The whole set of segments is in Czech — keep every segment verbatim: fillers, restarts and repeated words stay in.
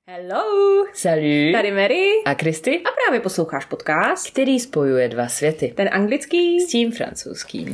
Hello! Salut! Tady Mary a Kristy a právě posloucháš podcast, který spojuje dva světy. Ten anglický s tím francouzským.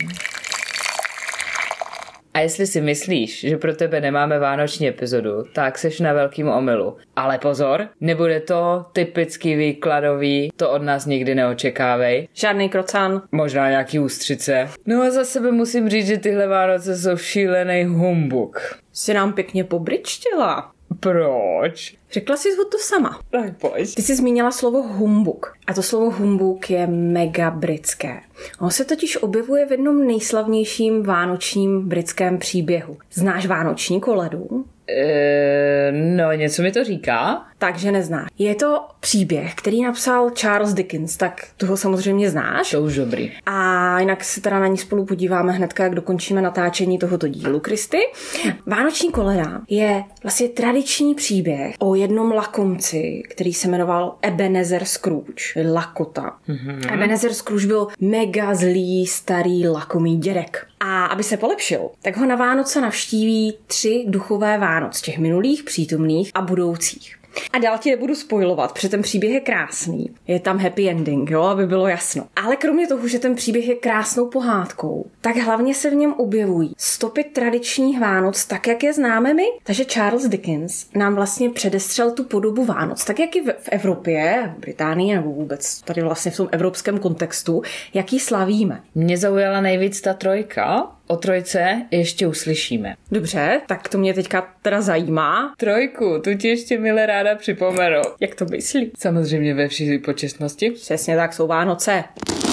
A jestli si myslíš, že pro tebe nemáme vánoční epizodu, tak seš na velkým omylu. Ale pozor, nebude to typický výkladový, to od nás nikdy neočekávej. Žádný krocan. Možná nějaký ústřice. No a za sebe musím říct, že tyhle Vánoce jsou šílený humbuk. Jsi nám pěkně pobričtěla. Proč? Řekla jsi to sama. Tak pojď. Ty jsi zmínila slovo humbuk. A to slovo humbuk je mega britské. Ono se totiž objevuje v jednom nejslavnějším vánočním britském příběhu. Znáš vánoční koledu? E, no, něco mi to říká. Takže neznáš. Je to příběh, který napsal Charles Dickens, tak toho samozřejmě znáš. To už dobrý. A jinak se teda na ní spolu podíváme hnedka, jak dokončíme natáčení tohoto dílu, Kristy. Vánoční koleda je vlastně tradiční příběh o jednom lakomci, který se jmenoval Ebenezer Scrooge. Lakota. Mm-hmm. Ebenezer Scrooge byl mega zlý, starý, lakomý dědek. A aby se polepšil, tak ho na Vánoce navštíví tři duchové Vánoc, těch minulých, přítomných a budoucích. A dál ti nebudu spoilovat, protože ten příběh je krásný. Je tam happy ending, jo, aby bylo jasno. Ale kromě toho, že ten příběh je krásnou pohádkou, tak hlavně se v něm objevují stopy tradičních Vánoc, tak jak je známe my. Takže Charles Dickens nám vlastně předestřel tu podobu Vánoc, tak jak i v Evropě, v Británii nebo vůbec tady vlastně v tom evropském kontextu, jak ji slavíme. Mě zaujala nejvíc ta trojka. O trojce ještě uslyšíme. Dobře, tak to mě teďka teda zajímá. Trojku, tu ti ještě milé ráda připomenu. Jak to myslí? Samozřejmě ve vší počestnosti. Přesně tak, jsou Vánoce.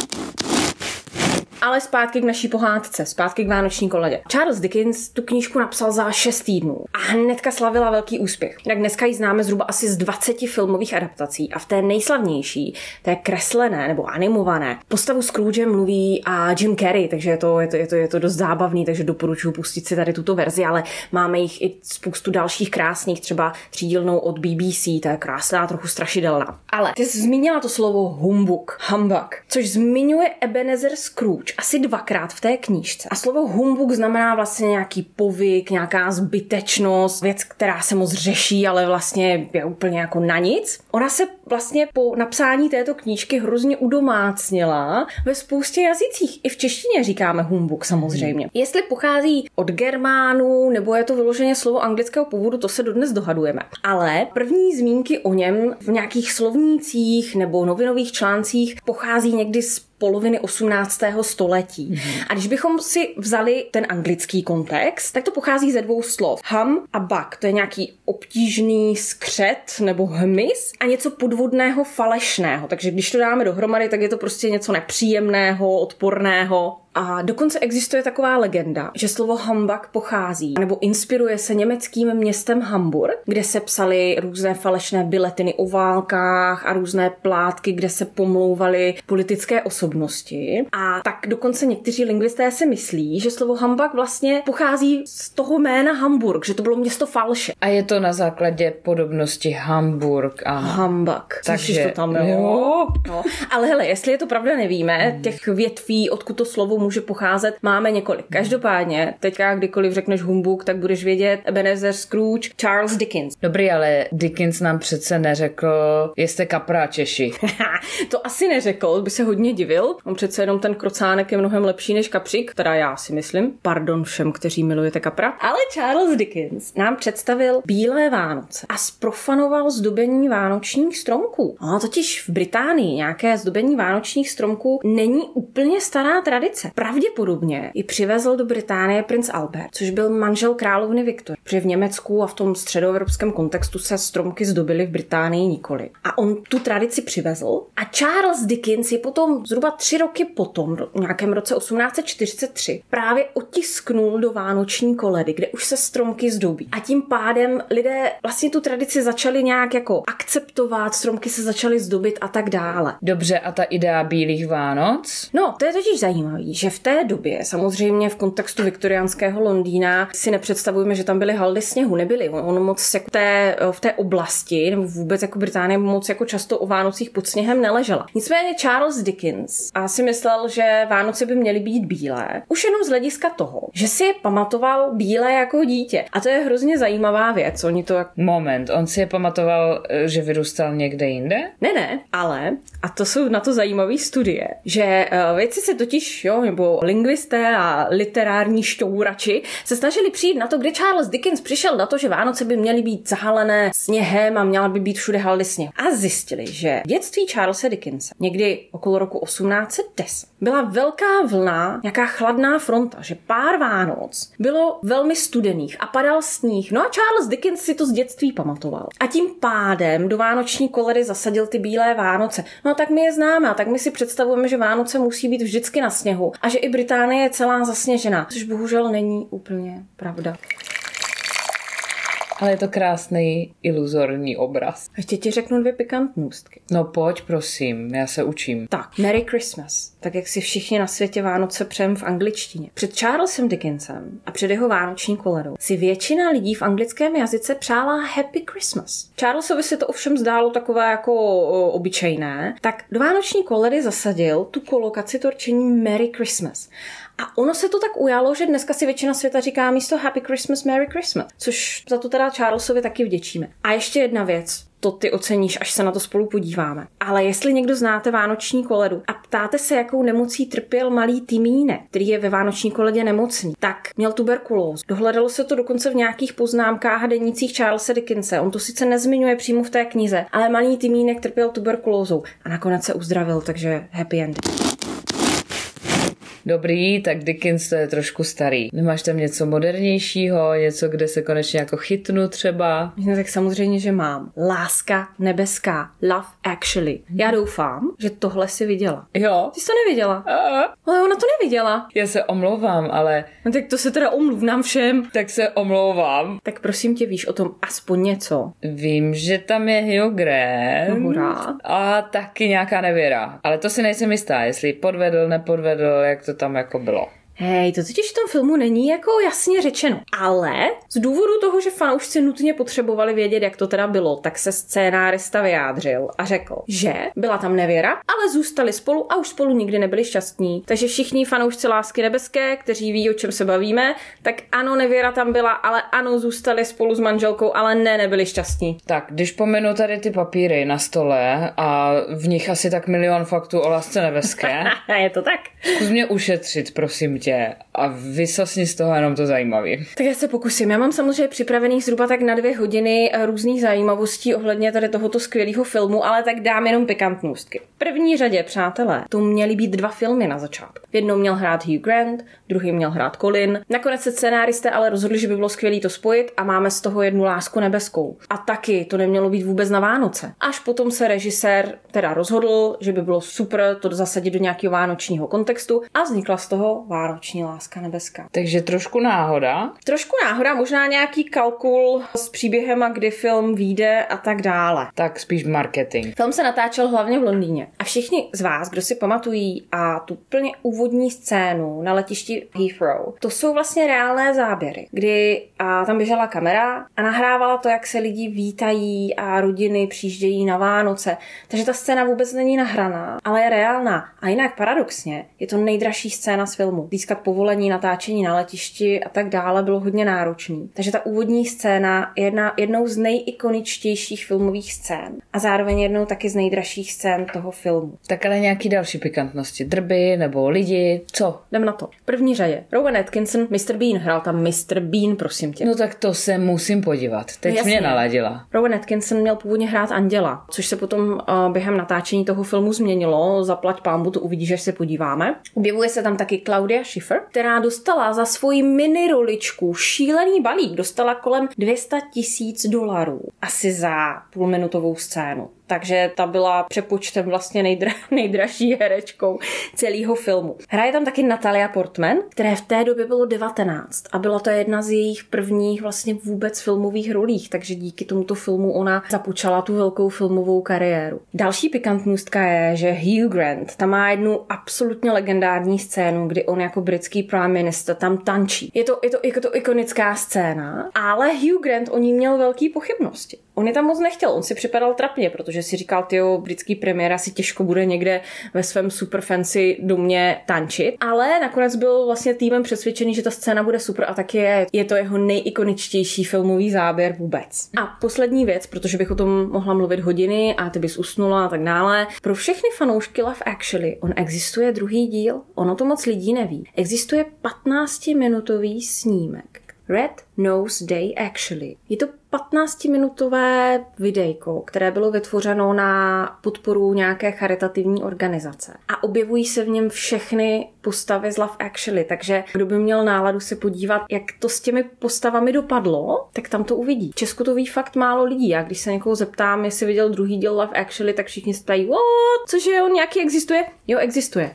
Ale zpátky k naší pohádce, zpátky k vánoční koledě. Charles Dickens tu knížku napsal za šest týdnů a hnedka slavila velký úspěch. Tak dneska ji známe zhruba asi z dvaceti filmových adaptací a v té nejslavnější, té kreslené nebo animované, postavu Scrooge mluví a Jim Carrey, takže je to, je to, je to, je to dost zábavný, takže doporučuji pustit si tady tuto verzi, ale máme jich i spoustu dalších krásných, třeba třídílnou od B B C, ta je krásná, trochu strašidelná. Ale ty jsi zmínila to slovo humbug, humbug, což zmiňuje Ebenezer Scrooge asi dvakrát v té knížce. A slovo humbug znamená vlastně nějaký povyk, nějaká zbytečnost, věc, která se moc řeší, ale vlastně je úplně jako na nic. Ona se vlastně po napsání této knížky hrozně udomácnila ve spoustě jazycích. I v češtině říkáme humbug samozřejmě. Hmm. Jestli pochází od Germánů, nebo je to vyloženě slovo anglického původu, to se dodnes dohadujeme. Ale první zmínky o něm v nějakých slovnících nebo novinových článcích pochází někdy z poloviny osmnáctého století. Mm-hmm. A když bychom si vzali ten anglický kontext, tak to pochází ze dvou slov. Hum a bug. To je nějaký obtížný skřet nebo hmyz a něco podvodného, falešného. Takže když to dáme dohromady, tak je to prostě něco nepříjemného, odporného. A dokonce existuje taková legenda, že slovo humbug pochází nebo inspiruje se německým městem Hamburg, kde se psaly různé falešné biletiny o válkách a různé plátky, kde se pomlouvaly politické osobnosti. A tak dokonce někteří lingvisté si myslí, že slovo humbug vlastně pochází z toho jména Hamburg, že to bylo město falše. A je to na základě podobnosti Hamburg a humbug. Takže to tam, jo? Jo. No. Ale hele, jestli je to pravda, nevíme. Hmm. Těch větví, odkud to slovo může pocházet, máme několik. Každopádně, teďka kdykoliv řekneš humbug, tak budeš vědět Ebenezer Scrooge, Charles Dickens. Dobrý, ale Dickens nám přece neřekl, jste kapra Češi. To asi neřekl, by se hodně divil. On přece jenom ten krocánek je mnohem lepší než kapřík, teda já si myslím. Pardon všem, kteří milujete kapra. Ale Charles Dickens nám představil Bílé Vánoce a zprofanoval zdobení vánočních stromků. No, totiž v Británii nějaké zdobení vánočních stromků není úplně stará tradice. Pravděpodobně ji přivezl do Británie princ Albert, což byl manžel královny Viktorie. Protože v Německu a v tom středoevropském kontextu se stromky zdobily v Británii nikoli. A on tu tradici přivezl a Charles Dickens je potom zhruba tři roky potom, v nějakém roce osmnáct set čtyřicet tři, právě otisknul do vánoční koledy, kde už se stromky zdobí. A tím pádem lidé vlastně tu tradici začali nějak jako akceptovat, stromky se začaly zdobit a tak dále. Dobře, a ta idea Bílých Vánoc? No, to je totiž zajímavý, že v té době, samozřejmě v kontextu viktoriánského Londýna, si nepředstavujeme, že tam byly haldy sněhu, nebyly. On moc jako té, v té oblasti, nebo vůbec jako Británie moc jako často o Vánocích pod sněhem neležela. Nicméně Charles Dickens a si myslel, že Vánoce by měly být bílé, už jenom z hlediska toho, že si je pamatoval bílé jako dítě. A to je hrozně zajímavá věc. Oni to jak... Moment, on si je pamatoval, že vyrůstal někde jinde? Ne, ne, ale, a to jsou na to zajímavé studie, že uh, vědci se totiž, jo, nebo lingvisté a literární šťourači se snažili přijít na to, kde Charles Dickens přišel na to, že Vánoce by měly být zahalené sněhem a měla by být všude haldy sněhu. A zjistili, že v dětství Charlesa Dickense někdy okolo roku osmnáct set deset byla velká vlna, nějaká chladná fronta, že pár Vánoc bylo velmi studených a padal sníh. No a Charles Dickens si to z dětství pamatoval. A tím pádem do vánoční koledy zasadil ty bílé Vánoce. No a tak my je známe a tak my si představujeme, že Vánoce musí být vždycky na sněhu a že i Británie je celá zasněžená, což bohužel není úplně pravda. Ale je to krásný iluzorní obraz. Ještě ti řeknu dvě pikantnůstky. No pojď, prosím, já se učím. Tak, Merry Christmas, tak jak si všichni na světě Vánoce přejem v angličtině. Před Charlesem Dickensem a před jeho vánoční koledou si většina lidí v anglickém jazyce přála Happy Christmas. Charlesovi se to ovšem zdálo takové jako o, obyčejné, tak do vánoční koledy zasadil tu kolokaci torčení Merry Christmas. A ono se to tak ujalo, že dneska si většina světa říká místo Happy Christmas, Merry Christmas, což za to teda Charlesovi taky vděčíme. A ještě jedna věc, to ty oceníš, až se na to spolu podíváme. Ale jestli někdo znáte vánoční koledu a ptáte se, jakou nemocí trpěl malý Timínek, který je ve vánoční koledě nemocný, tak měl tuberkulózu. Dohledalo se to dokonce v nějakých poznámkách a denících Charlesa Dickense. On to sice nezmiňuje přímo v té knize, ale malý Timínek trpěl tuberkulózou a nakonec se uzdravil, takže happy end. Dobrý, tak Dickens to je trošku starý. Nemáš tam něco modernějšího, něco, kde se konečně jako chytnu třeba? No, tak samozřejmě, že mám. Láska nebeská. Love Actually. Já doufám, že tohle si viděla. Jo. Ty jsi to neviděla? A? Ale ona to neviděla. Já se omlouvám, ale... No tak to se teda omluv nám všem. Tak se omlouvám. Tak prosím tě, víš o tom aspoň něco? Vím, že tam je Hugh Grant. No, hurá. A taky nějaká nevěra. Ale to si nejsem jistá, jestli podvedl, nepodvedl, jak to tam jako bylo. Hej, to totiž v tom filmu není jako jasně řečeno. Ale z důvodu toho, že fanoušci nutně potřebovali vědět, jak to teda bylo, tak se scénárista vyjádřil a řekl, že byla tam nevěra, ale zůstali spolu a už spolu nikdy nebyli šťastní. Takže všichni fanoušci Lásky nebeské, kteří ví, o čem se bavíme, tak ano, nevěra tam byla, ale ano, zůstali spolu s manželkou, ale ne, nebyli šťastní. Tak, když pomenu tady ty papíry na stole a v nich asi tak milion faktů o lásce nebeské. Je to tak? Zkus mě ušetřit, prosím tě. A vysosni z toho jenom to zajímavý. Tak já se pokusím. Já mám samozřejmě připravených zhruba tak na dvě hodiny různých zajímavostí ohledně tady tohoto skvělého filmu, ale tak dám jenom pikantnůstky. V první řadě, přátelé, tu měly být dva filmy na začátku. V jednou měl hrát Hugh Grant, druhý měl hrát Colin. Nakonec se scenáristé ale rozhodli, že by bylo skvělé to spojit a máme z toho jednu Lásku nebeskou. A taky to nemělo být vůbec na Vánoce. Až potom se režisér teda rozhodl, že by bylo super to zasadit do nějakého vánočního kontextu a vznikla z toho vánoční Láska nebeská. Takže trošku náhoda. Trošku náhoda, možná nějaký kalkul s příběhem a kdy film vyjde a tak dále. Tak spíš marketing. Film se natáčel hlavně v Londýně. A všichni z vás, kdo si pamatují a tu plně úvodní scénu na letišti Heathrow, to jsou vlastně reálné záběry, kdy a tam běžela kamera a nahrávala to, jak se lidi vítají a rodiny přijíždějí na Vánoce. Takže ta scéna vůbec není nahraná, ale je reálná. A jinak paradoxně je to nejdražší scéna z filmu. Získat povolení natáčení na letišti a tak dále bylo hodně náročný. Takže ta úvodní scéna je jedna, jednou z nejikoničtějších filmových scén a zároveň jednou taky z nejdražších scén toho filmu. Tak ale nějaký další pikantnosti. Drby nebo lidi, co? Jdem na to. V první řadě Rowan Atkinson, mister Bean, hrál tam mister Bean, prosím tě. No tak to se musím podívat. Teď Jasně. mě naladila. Rowan Atkinson měl původně hrát Anděla, což se potom uh, během natáčení toho filmu změnilo. Zaplať pánbu, to uvidíš, až se podíváme. Objevuje se tam taky Claudia Schiffer, která dostala za svoji mini roličku šílený balík, dostala kolem dvě stě tisíc dolarů. Asi za půlminutovou scénu. takže ta byla přepočtem vlastně nejdra- nejdražší herečkou celého filmu. Hraje tam taky Natalie Portman, které v té době bylo devatenáct a byla to jedna z jejich prvních vlastně vůbec filmových rolích, takže díky tomuto filmu ona započala tu velkou filmovou kariéru. Další pikantnůstka je, že Hugh Grant tam má jednu absolutně legendární scénu, kdy on jako britský prime minister tam tančí. Je to, je to, je to ikonická scéna, ale Hugh Grant o ní měl velký pochybnosti. On je tam moc nechtěl, on si připadal trapně, protože si říkal, tyjo, britský premiér asi těžko bude někde ve svém super fancy domě tančit, ale nakonec byl vlastně týmem přesvědčený, že ta scéna bude super a taky je, je to jeho nejikoničtější filmový záběr vůbec. A poslední věc, protože bych o tom mohla mluvit hodiny a ty bys usnula a tak dále. Pro všechny fanoušky Love Actually, on existuje druhý díl, ono to moc lidí neví. Existuje patnáctiminutový snímek. Red Nose Day Actually. Je to patnáctiminutové videjko, které bylo vytvořeno na podporu nějaké charitativní organizace. A objevují se v něm všechny postavy z Love Actually, takže kdo by měl náladu se podívat, jak to s těmi postavami dopadlo, tak tam to uvidí. V Česku to ví fakt málo lidí. A když se někoho zeptám, jestli viděl druhý díl Love Actually, tak všichni se ptají, what? Cože on nějaký existuje? Jo, existuje.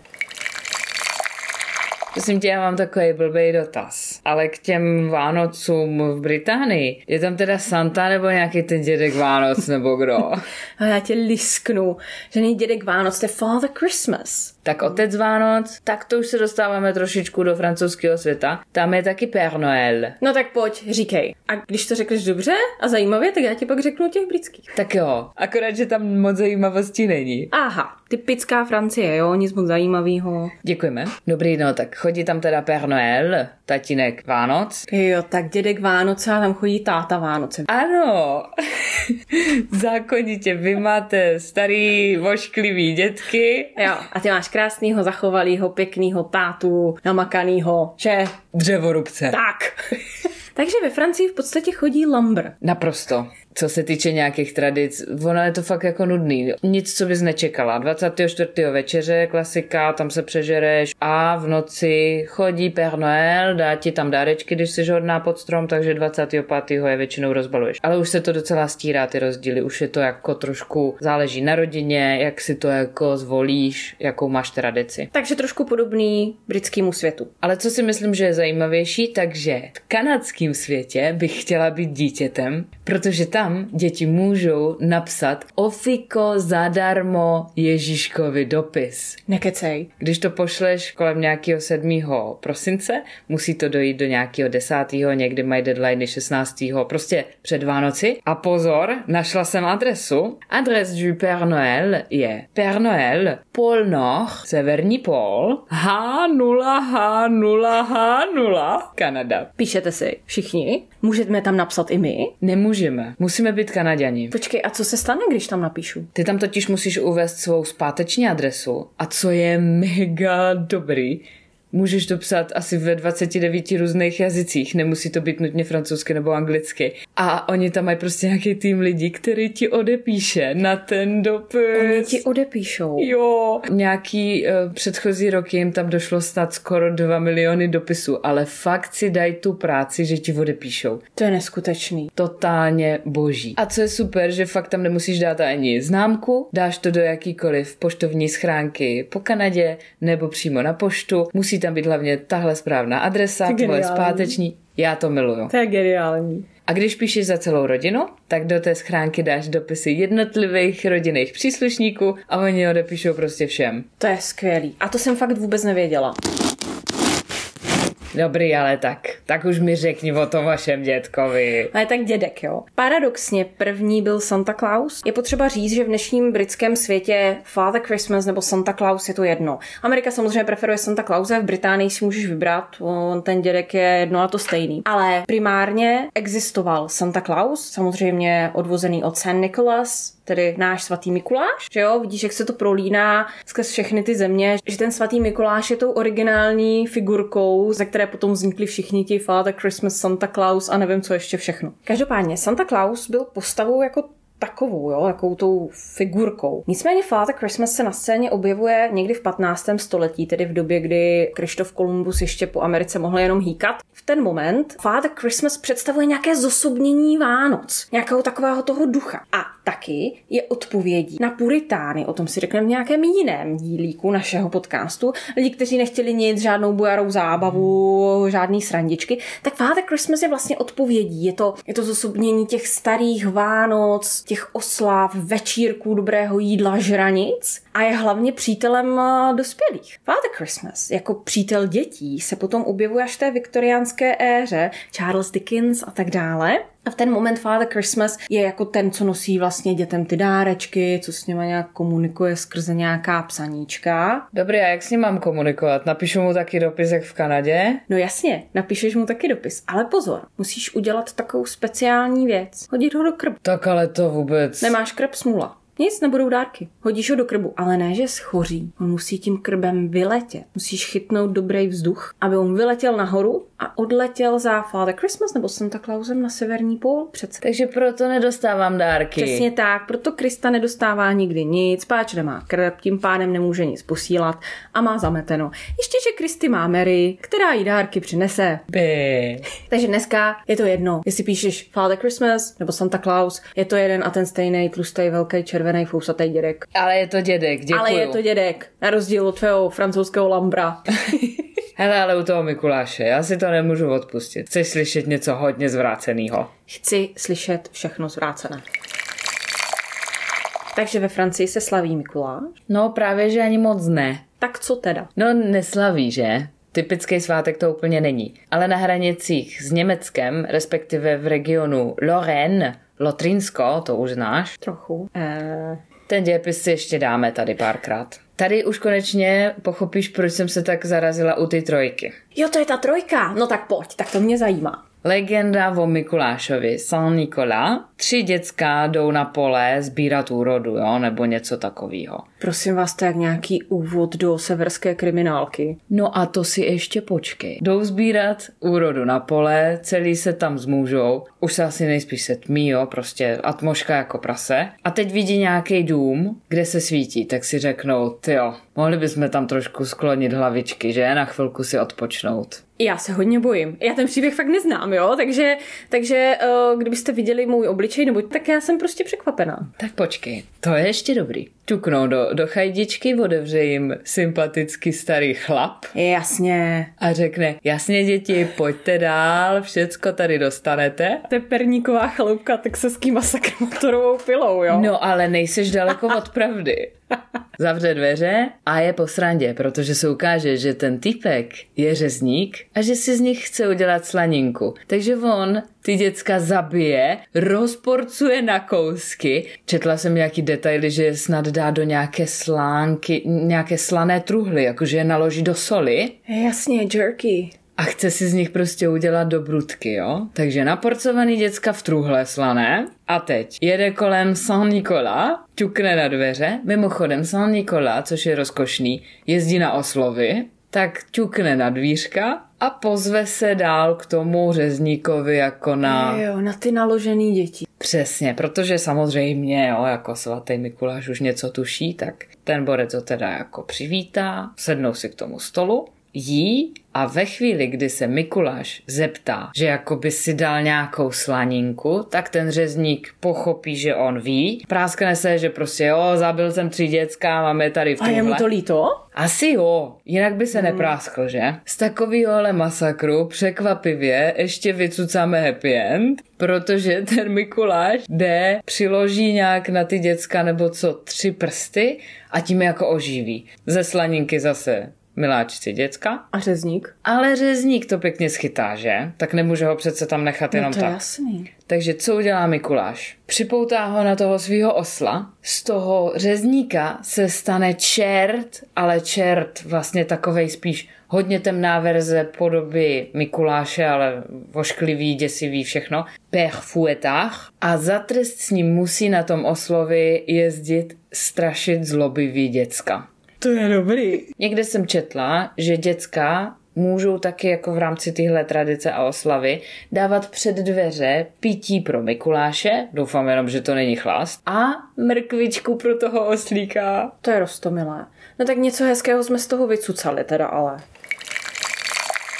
Prosím tě, já mám takový blbý dotaz. Ale k těm Vánocům v Británii, je tam teda Santa nebo nějaký ten dědek Vánoc nebo kdo? A já tě lisknu, že není dědek Vánoc, to je Father Christmas. Tak otec Vánoc, tak to už se dostáváme trošičku do francouzského světa. Tam je taky Père Noël. No tak pojď, říkej. A když to řekneš dobře a zajímavě, tak já ti pak řeknu těch britských. Tak jo, akorát, že tam moc zajímavostí není. Aha, typická Francie, jo, nic moc zajímavého. Děkujeme. Dobrý, no tak chodí tam teda Père Noël, tatínek Vánoc. Jo, tak dědek Vánoce a tam chodí táta Vánoce. Ano, zákonitě, vy máte starý vošklivý dětky. Jo, a ty máš krásnýho, zachovalýho, pěknýho tátu, namakanýho, že? Dřevorubce. Tak. Takže ve Francii v podstatě chodí lambr. Naprosto. Co se týče nějakých tradic, ono je to fakt jako nudný. Nic, co bys nečekala. dvacátého čtvrtého večeře, klasika, tam se přežereš a v noci chodí Père Noël, dá ti tam dárečky, když jsi hodná pod strom, takže dvacátého pátého je většinou rozbaluješ. Ale už se to docela stírá, ty rozdíly. Už je to jako trošku záleží na rodině, jak si to jako zvolíš, jakou máš tradici. Takže trošku podobný britskému světu. Ale co si myslím, že je zajímavější, takže v kanadském světě bych chtěla být dítětem, protože tam děti můžou napsat ofiko zadarmo Ježíškovi dopis. Nekecej. Když to pošleš kolem nějakého sedmého prosince, musí to dojít do nějakého desátého někdy mají deadline šestnáctého prostě před Vánoci. A pozor, našla jsem adresu. Adres du Père Noël je Père Noël, Pôle Nord, Severní pól, H nula H nula H nula, Kanada. Píšete si všichni? Můžeme tam napsat i my? Nemůžeme. Musíme být Kanaďani. Počkej, a co se stane, když tam napíšu? Ty tam totiž musíš uvést svou zpáteční adresu. A co je mega dobrý, můžeš to psát asi ve dvaceti devíti různých jazycích, nemusí to být nutně francouzsky nebo anglicky. A oni tam mají prostě nějaký tým lidí, který ti odepíše na ten dopis. Oni ti odepíšou. Jo. Nějaký uh, předchozí roky jim tam došlo snad skoro dva miliony dopisů, ale fakt si dají tu práci, že ti odepíšou. To je neskutečný. Totálně boží. A co je super, že fakt tam nemusíš dát ani známku, dáš to do jakýkoliv poštovní schránky po Kanadě nebo přímo na poštu. Musí tam být hlavně tahle správná adresa, tvoje zpáteční. Já to miluju. To je geniální. A když píšeš za celou rodinu, tak do té schránky dáš dopisy jednotlivých rodinných příslušníků a oni odepíšou prostě všem. To je skvělý. A to jsem fakt vůbec nevěděla. Dobrý, ale tak. Tak už mi řekni o tom vašem dětkovi. Ale tak dědek, jo. Paradoxně první byl Santa Claus. Je potřeba říct, že v dnešním britském světě Father Christmas nebo Santa Claus je to jedno. Amerika samozřejmě preferuje Santa Clause, v Británii si můžeš vybrat, on ten dědek je jedno a to stejný. Ale primárně existoval Santa Claus, samozřejmě odvozený od Saint Nicholas, tedy náš svatý Mikuláš, že jo, vidíš, jak se to prolíná skrz všechny ty země, že ten svatý Mikuláš je tou originální figurkou, ze které potom vznikly všichni ti Father Christmas, Santa Claus a nevím co ještě všechno. Každopádně Santa Claus byl postavou jako takovou, jo, jakou tou figurkou. Nicméně Father Christmas se na scéně objevuje někdy v patnáctém století, tedy v době, kdy Krištof Kolumbus ještě po Americe mohl jenom hýkat. V ten moment Father Christmas představuje nějaké zosobnění Vánoc, nějakého takového toho ducha. A taky je odpovědí na puritány. O tom si řekneme v nějakém jiném dílíku našeho podcastu. Lidi, kteří nechtěli nic, žádnou bujarou zábavu, žádný srandičky. Tak Father Christmas je vlastně odpovědí. Je to, je to zosobnění těch starých Vánoc, těch oslav, večírků, dobrého jídla, žranic a je hlavně přítelem dospělých. Father Christmas jako přítel dětí se potom objevuje až v té viktoriánské éře, Charles Dickens a tak dále. A v ten moment Father Christmas je jako ten, co nosí vlastně dětem ty dárečky, co s nima nějak komunikuje skrze nějaká psaníčka. Dobrý, a jak s ním mám komunikovat? Napíšu mu taky dopis, jak v Kanadě? No jasně, napíšeš mu taky dopis. Ale pozor, musíš udělat takovou speciální věc. Hodit ho do krbu. Tak ale to vůbec... Nemáš krb, smůla. Nic, nebudou dárky. Hodíš ho do krbu, ale ne, že schoří. On musí tím krbem vyletět. Musíš chytnout dobrý vzduch, aby on vyletěl nahoru a odletěl za Father Christmas nebo Santa Clausem na severní pól přece. Takže proto nedostávám dárky. Přesně tak, proto Krista nedostává nikdy nic, páč nemá krb, tím pádem nemůže nic posílat a má zameteno. Ještě, že Kristy má Mary, která jí dárky přinese. By. Takže dneska je to jedno, jestli píšeš Father Christmas nebo Santa Claus, je to jeden a ten stejný tlustý, velký, červený, fousatý dědek. Ale je to dědek, děkuju. Ale je to dědek, na rozdíl od tvého francouzského lambra. Hele, ale u toho Mikuláše, já si to nemůžu odpustit. Chceš slyšet něco hodně zvrácenýho? Chci slyšet všechno zvrácené. Takže ve Francii se slaví Mikuláš? No právě, že ani moc ne. Tak co teda? No neslaví, že? Typický svátek to úplně není. Ale na hranicích s Německem, respektive v regionu Lorraine, Lotrinsko, to už znáš? Trochu. Eh... Ten dějepis si ještě dáme tady párkrát. Tady už konečně pochopíš, proč jsem se tak zarazila u ty trojky. Jo, to je ta trojka. No tak pojď, tak to mě zajímá. Legenda o Mikulášovi, Saint-Nicolas. Tři děcka jdou na pole sbírat úrodu, jo, nebo něco takového. Prosím vás, to je jak nějaký úvod do severské kriminálky. No a to si ještě počkej. Jdou sbírat úrodu na pole, celý se tam zmůžou, už se asi nejspíš se tmí, jo, prostě atmoška jako prase. A teď vidí nějaký dům, kde se svítí, tak si řeknou, tyjo, mohli bychom tam trošku sklonit hlavičky, že? Na chvilku si odpočnout. Já se hodně bojím. Já ten příběh fakt neznám, jo? Takže, takže uh, kdybyste viděli můj obličej, nebo tak já jsem prostě překvapená. Tak počkej, to je ještě dobrý. Ťuknou do, do chajdičky, otevře jim sympatický starý chlap. Jasně. A řekne, jasně děti, pojďte dál, všecko tady dostanete. To je perníková chaloupka texaský masakr motorovou pilou, jo? No ale nejseš daleko od pravdy. Zavře dveře a je po srandě, protože se ukáže, že ten týpek je řezník a že si z nich chce udělat slaninku. Takže on ty děcka zabije, rozporcuje na kousky. Četla jsem nějaký detaily, že je snad dá do nějaké slánky, nějaké slané truhly, jakože je naloží do soli. Jasně, jerky. A chce si z nich prostě udělat dobrutky, jo? Takže naporcovaný děcka v truhle slané. A teď jede kolem Saint-Nicolas, ťukne na dveře. Mimochodem Saint-Nicolas, což je rozkošný, jezdí na oslovy, tak ťukne na dvířka a pozve se dál k tomu řezníkovi jako na... Jo, na ty naložený děti. Přesně, protože samozřejmě, jo, jako svatý Mikuláš už něco tuší, tak ten borec ho teda jako přivítá, sednou si k tomu stolu, jí a ve chvíli, kdy se Mikuláš zeptá, že jako by si dal nějakou slaninku, tak ten řezník pochopí, že on ví. Práskne se, že prostě jo, zabil jsem tři děcka, máme tady v tomhle. A je mu to líto? Asi jo, jinak by se hmm. nepráskl, že? Z takovýho ale masakru překvapivě ještě vycucáme happy end, protože ten Mikuláš jde, přiloží nějak na ty děcka nebo co, tři prsty a tím jako oživí. Ze slaninky zase miláčci děcka. A řezník? Ale řezník to pěkně schytá, že? Tak nemůže ho přece tam nechat no jenom to tak. Jasný. Takže co udělá Mikuláš? Připoutá ho na toho svýho osla. Z toho řezníka se stane čert, ale čert vlastně takovej spíš hodně temná verze podoby Mikuláše, ale vošklivý, děsivý, všechno. Père Fouettard. A za trest s ním musí na tom oslovi jezdit strašit zlobivý děcka. To je dobrý. Někde jsem četla, že děcka můžou taky jako v rámci téhle tradice a oslavy dávat před dveře pití pro Mikuláše, doufám jenom, že to není chlast, a mrkvičku pro toho oslíka. To je roztomilé. No tak něco hezkého jsme z toho vycucali teda, ale...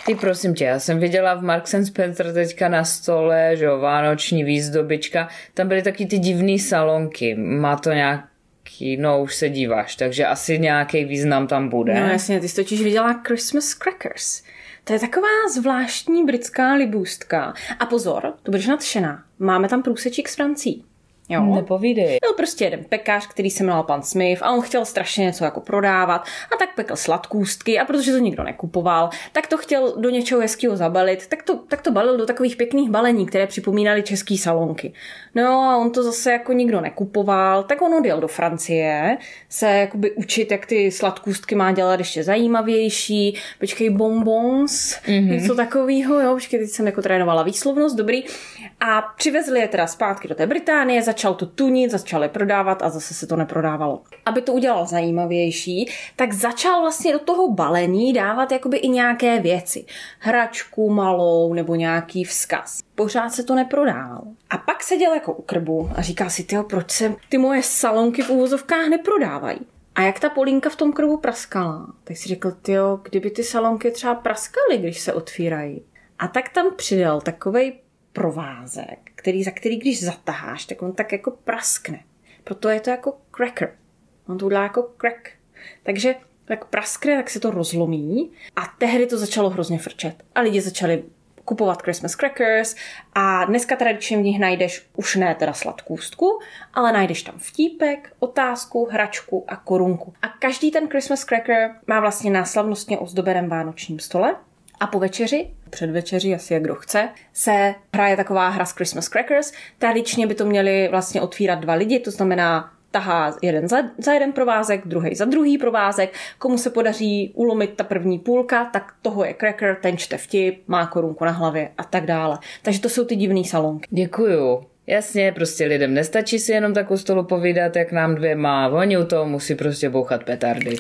Ty prosím tě, já jsem viděla v Marks and Spencer teďka na stole, že jo, vánoční výzdobička, tam byly taky ty divný salonky, má to nějaký, no už se díváš, takže asi nějaký význam tam bude. No jasně, ty jsi totiž viděla Christmas crackers. To je taková zvláštní britská libůstka. A pozor, to budeš nadšená, máme tam průsečík s Francií. Jo. Nepovídej. Byl prostě jeden pekař, který se jmenoval pan Smith a on chtěl strašně něco jako prodávat a tak pekl sladkůstky a protože to nikdo nekupoval, tak to chtěl do něčeho hezkého zabalit, tak to, tak to balil do takových pěkných balení, které připomínaly český salonky. No a on to zase jako nikdo nekupoval, tak on odjel do Francie se jakoby učit, jak ty sladkůstky má dělat ještě zajímavější, počkej, bonbons, mm-hmm. něco takového, jo, počkej, teď jsem jako trénovala výslovnost, dobrý. A přivezli je teda zpátky do té Británie, začal to tunit, začal je prodávat a zase se to neprodávalo. Aby to udělal zajímavější, tak začal vlastně do toho balení dávat jakoby i nějaké věci. Hračku malou nebo nějaký vzkaz. Pořád se to neprodávalo. A pak seděl jako u krbu a říkal si, tyjo, proč se ty moje salonky v úvozovkách neprodávají? A jak ta Polínka v tom krbu praskala, tak si řekl, tyjo, kdyby ty salonky třeba praskaly, když se otvírají. A tak tam přidal takovej provázek, který, za který když zataháš, tak on tak jako praskne. Proto je to jako cracker. On to udělá jako crack. Takže tak praskne, tak se to rozlomí a tehdy to začalo hrozně frčet. A lidi začali kupovat Christmas crackers a dneska tradičně v nich najdeš už ne teda sladkůstku, ale najdeš tam vtípek, otázku, hračku a korunku. A každý ten Christmas cracker má vlastně na slavnostně ozdobeném vánočním stole. A po večeři, před večeří, asi jak kdo chce, se hraje taková hra s Christmas crackers. Tradičně by to měli vlastně otvírat dva lidi, to znamená tahá jeden za, za jeden provázek, druhý za druhý provázek. Komu se podaří ulomit ta první půlka, tak toho je cracker, ten čte vtip, má korunku na hlavě a tak dále. Takže to jsou ty divný salonky. Děkuju. Jasně, prostě lidem nestačí si jenom tak u stolu povídat, jak nám dvěma. Oni u toho musí prostě bouchat petardy.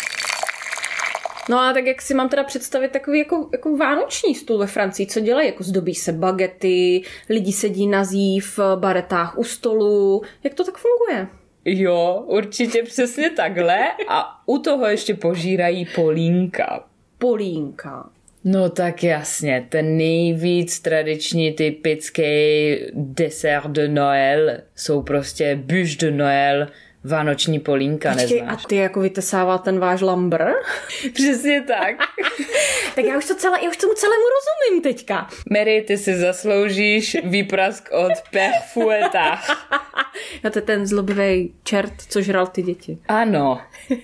No a tak jak si mám teda představit takový jako, jako vánoční stůl ve Francii, co dělají? Jako zdobí se bagety, lidi sedí nazí v baretách u stolu. Jak to tak funguje? Jo, určitě přesně takhle a u toho ještě požírají polínka. Polínka. No tak jasně, ten nejvíc tradiční typický dessert de Noël jsou prostě bûche de Noël, vánoční polínka, Počkej, neznáš. A ty jako vytesává ten váš lambr? Přesně tak. Tak já už, to celé, já už tomu celému rozumím teďka. Mary, ty si zasloužíš výprask od Père Fouettard. No to je ten zlobivý čert, co žral ty děti. Ano.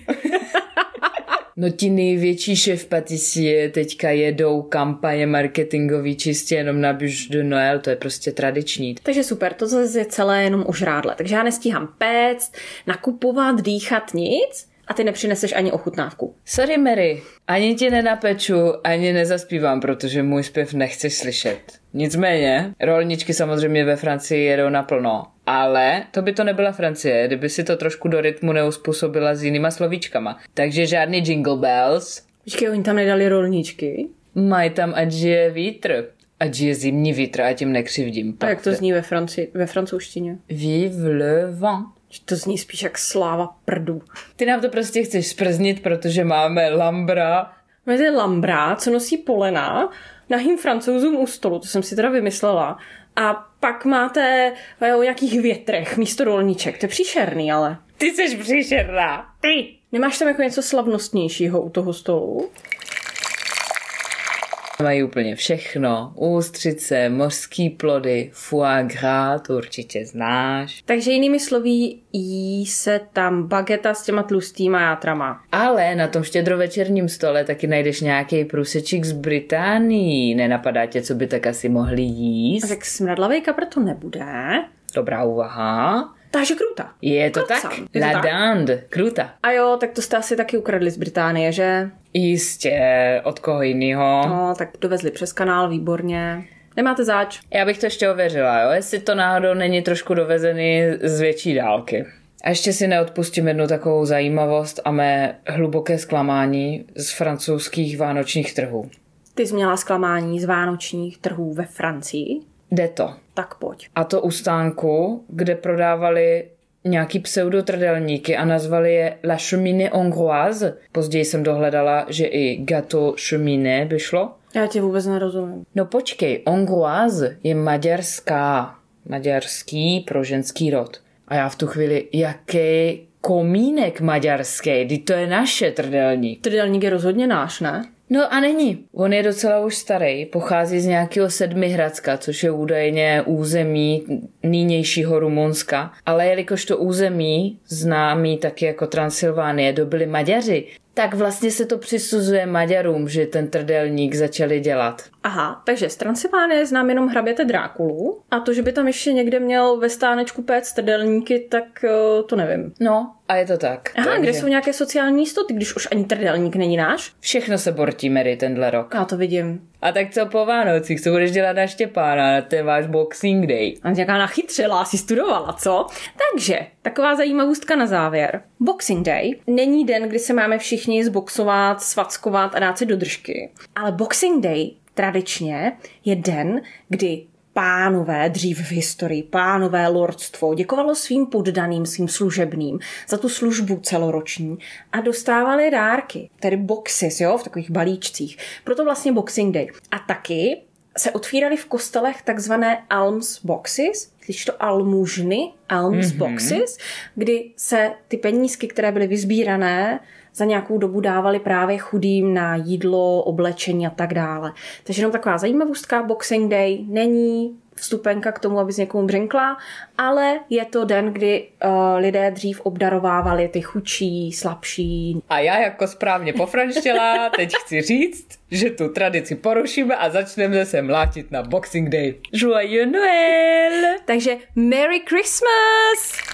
No ti největší šéf patissier teďka jedou kampaně marketingový čistě jenom na bûche de Noël, to je prostě tradiční. Takže super, to zase je celé jenom u žrádle. Takže já nestíhám péct, nakupovat, dýchat, nic a ty nepřineseš ani ochutnávku. Sorry Mary, ani ti nenapeču, ani nezaspívám, protože můj zpěv nechceš slyšet. Nicméně, rolničky samozřejmě ve Francii jedou naplno. Ale to by to nebyla Francie, kdyby si to trošku do rytmu neuspůsobila s jinýma slovíčkama. Takže žádný jingle bells. Počkej, oni tam nedali rolničky? Mají tam ať žije vítr. Ať žije zimní vítr, a tím nekřivdím. A jak to zní ve, Franci- ve francouzštině? Vive le vent. To zní spíš jak sláva prdu. Ty nám to prostě chceš sprznit, protože máme lambra. Mezi lambra, co nosí polena, nahým Francouzům u stolu, to jsem si teda vymyslela. A pak máte o nějakých větrech místo rolníček. To je příšerný, ale. Ty jsi příšerná. Ty! Nemáš tam jako něco slavnostnějšího u toho stolu? Mají úplně všechno. Ústřice, mořský plody, foie gras, to určitě znáš. Takže jinými slovy, jí se tam bageta s těma tlustýma játrama. Ale na tom štědrovečerním stole taky najdeš nějaký průsečík z Británii. Nenapadá tě, co by tak asi mohli jíst? A tak smradlavej kapr to nebude. Dobrá úvaha. Takže kruta. Je to Kruca. tak. Je to La tak? dinde, kruta. A jo, tak to jste asi taky ukradli z Británie, že? Jistě, od koho jinýho. No, tak dovezli přes kanál, výborně. Nemáte záč? Já bych to ještě ověřila, jo, jestli to náhodou není trošku dovezený z větší dálky. A ještě si neodpustím jednu takovou zajímavost a mé hluboké zklamání z francouzských vánočních trhů. Ty jsi měla zklamání z vánočních trhů ve Francii? Jde to. Tak pojď. A to u stánku, kde prodávali nějaký pseudotrdelníky a nazvali je La Cheminée Hongroise. Později jsem dohledala, že i gâteau cheminée by šlo. Já tě vůbec nerozumím. No počkej, Hongroise je maďarská, maďarský pro ženský rod. A já v tu chvíli, jaký komínek maďarský, kdy to je naše trdelník. Trdelník je rozhodně náš, ne? No a není. On je docela už starý, pochází z nějakého Sedmihradska, což je údajně území nynějšího Rumunska. Ale jelikož to území, známý taky jako Transylvánie, dobili Maďaři, tak vlastně se to přisuzuje Maďarům, že ten trdelník začali dělat. Aha, takže z Transylvánie znám jenom hraběte Drákulu a to, že by tam ještě někde měl ve stánečku péct trdelníky, tak uh, to nevím. No, a je to tak. Aha, takže... kde jsou nějaké sociální jistoty, když už ani trdelník není náš? Všechno se bortí, Mary, tenhle rok. Já to vidím. A tak co po Vánocích, co budeš dělat na Štěpána, to je váš Boxing Day. A nějaká nachytřela, si studovala, co? Takže, taková zajímavostka na závěr. Boxing Day není den, kdy se máme všichni zboxovat, svackovat a dát si do držky. Ale Boxing Day tradičně je den, kdy pánové dřív v historii, pánové lordstvo děkovalo svým poddaným, svým služebným za tu službu celoroční a dostávali dárky, tedy boxes, jo, v takových balíčcích. Proto vlastně Boxing Day. A taky se otvíraly v kostelech takzvané alms boxes, když to almužny, alms mm-hmm. boxes, kdy se ty penízky, které byly vysbírané, za nějakou dobu dávali právě chudým na jídlo, oblečení a tak dále. Takže jenom taková zajímavostka, Boxing Day není vstupenka k tomu, aby z někomu břenkla, ale je to den, kdy uh, lidé dřív obdarovávali ty chudší, slabší. A já jako správně pofranštěla teď chci říct, že tu tradici porušíme a začneme se mlátit na Boxing Day. Joyeux Noël! Takže Merry Christmas!